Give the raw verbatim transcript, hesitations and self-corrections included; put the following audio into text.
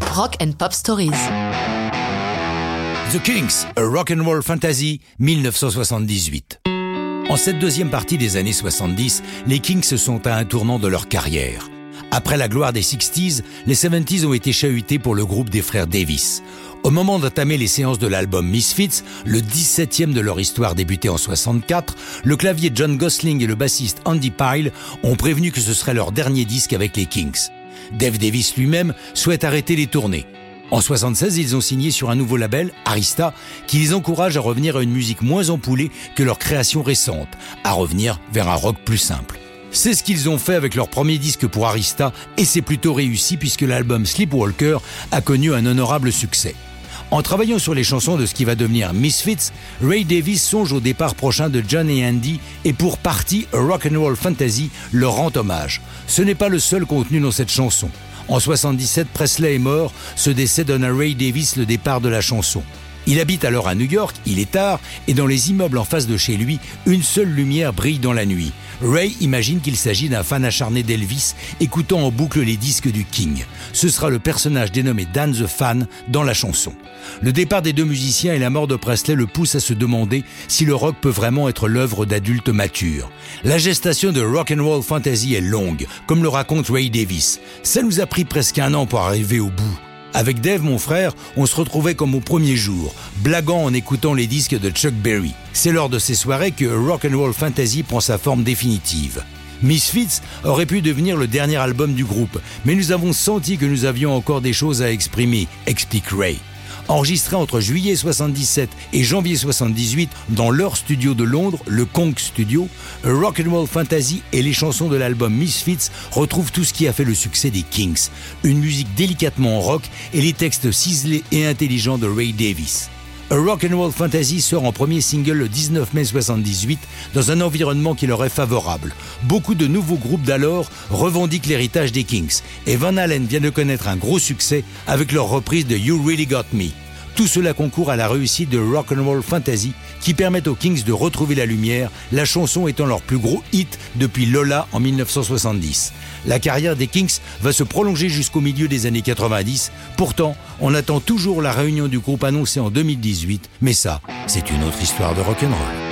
Rock and Pop Stories. The Kinks, A Rock and Roll Fantasy, dix-neuf cent soixante-dix-huit. En cette deuxième partie des années soixante-dix, les Kinks sont à un tournant de leur carrière. Après la gloire des sixties, les seventies ont été chahutés pour le groupe des frères Davis. Au moment d'entamer les séances de l'album Misfits, le dix-septième de leur histoire débuté en soixante-quatre, le clavier John Gosling et le bassiste Andy Pyle ont prévenu que ce serait leur dernier disque avec les Kinks. Dave Davis lui-même souhaite arrêter les tournées. En soixante-seize, ils ont signé sur un nouveau label, Arista, qui les encourage à revenir à une musique moins ampoulée que leur création récente, à revenir vers un rock plus simple. C'est ce qu'ils ont fait avec leur premier disque pour Arista, et c'est plutôt réussi puisque l'album Sleepwalker a connu un honorable succès. En travaillant sur les chansons de ce qui va devenir Misfits, Ray Davies songe au départ prochain de John et Andy et pour partie A Rock'n'Roll Fantasy leur rend hommage. Ce n'est pas le seul contenu dans cette chanson. En soixante-dix-sept, Presley est mort, ce décès donne à Ray Davies le départ de la chanson. Il habite alors à New York, il est tard, et dans les immeubles en face de chez lui, une seule lumière brille dans la nuit. Ray imagine qu'il s'agit d'un fan acharné d'Elvis, écoutant en boucle les disques du King. Ce sera le personnage dénommé Dan the Fan dans la chanson. Le départ des deux musiciens et la mort de Presley le poussent à se demander si le rock peut vraiment être l'œuvre d'adultes matures. La gestation de Rock'n'Roll Fantasy est longue, comme le raconte Ray Davies. Ça nous a pris presque un an pour arriver au bout. Avec Dave, mon frère, on se retrouvait comme au premier jour, blaguant en écoutant les disques de Chuck Berry. C'est lors de ces soirées que Rock'n'Roll Fantasy prend sa forme définitive. Misfits aurait pu devenir le dernier album du groupe, mais nous avons senti que nous avions encore des choses à exprimer, explique Ray. Enregistré entre juillet soixante-dix-sept et janvier soixante-dix-huit dans leur studio de Londres, le Konk Studio, A Rock'n'Roll Fantasy et les chansons de l'album Misfits retrouvent tout ce qui a fait le succès des Kinks, une musique délicatement rock et les textes ciselés et intelligents de Ray Davies. A Rock'n'Roll Fantasy sort en premier single le dix-neuf mai soixante-dix-huit dans un environnement qui leur est favorable. Beaucoup de nouveaux groupes d'alors revendiquent l'héritage des Kinks et Van Halen vient de connaître un gros succès avec leur reprise de You Really Got Me. Tout cela concourt à la réussite de Rock'n'Roll Fantasy qui permet aux Kinks de retrouver la lumière, la chanson étant leur plus gros hit depuis Lola en dix-neuf cent soixante-dix. La carrière des Kinks va se prolonger jusqu'au milieu des années quatre-vingt-dix. Pourtant, on attend toujours la réunion du groupe annoncée en deux mille dix-huit. Mais ça, c'est une autre histoire de rock'n'roll.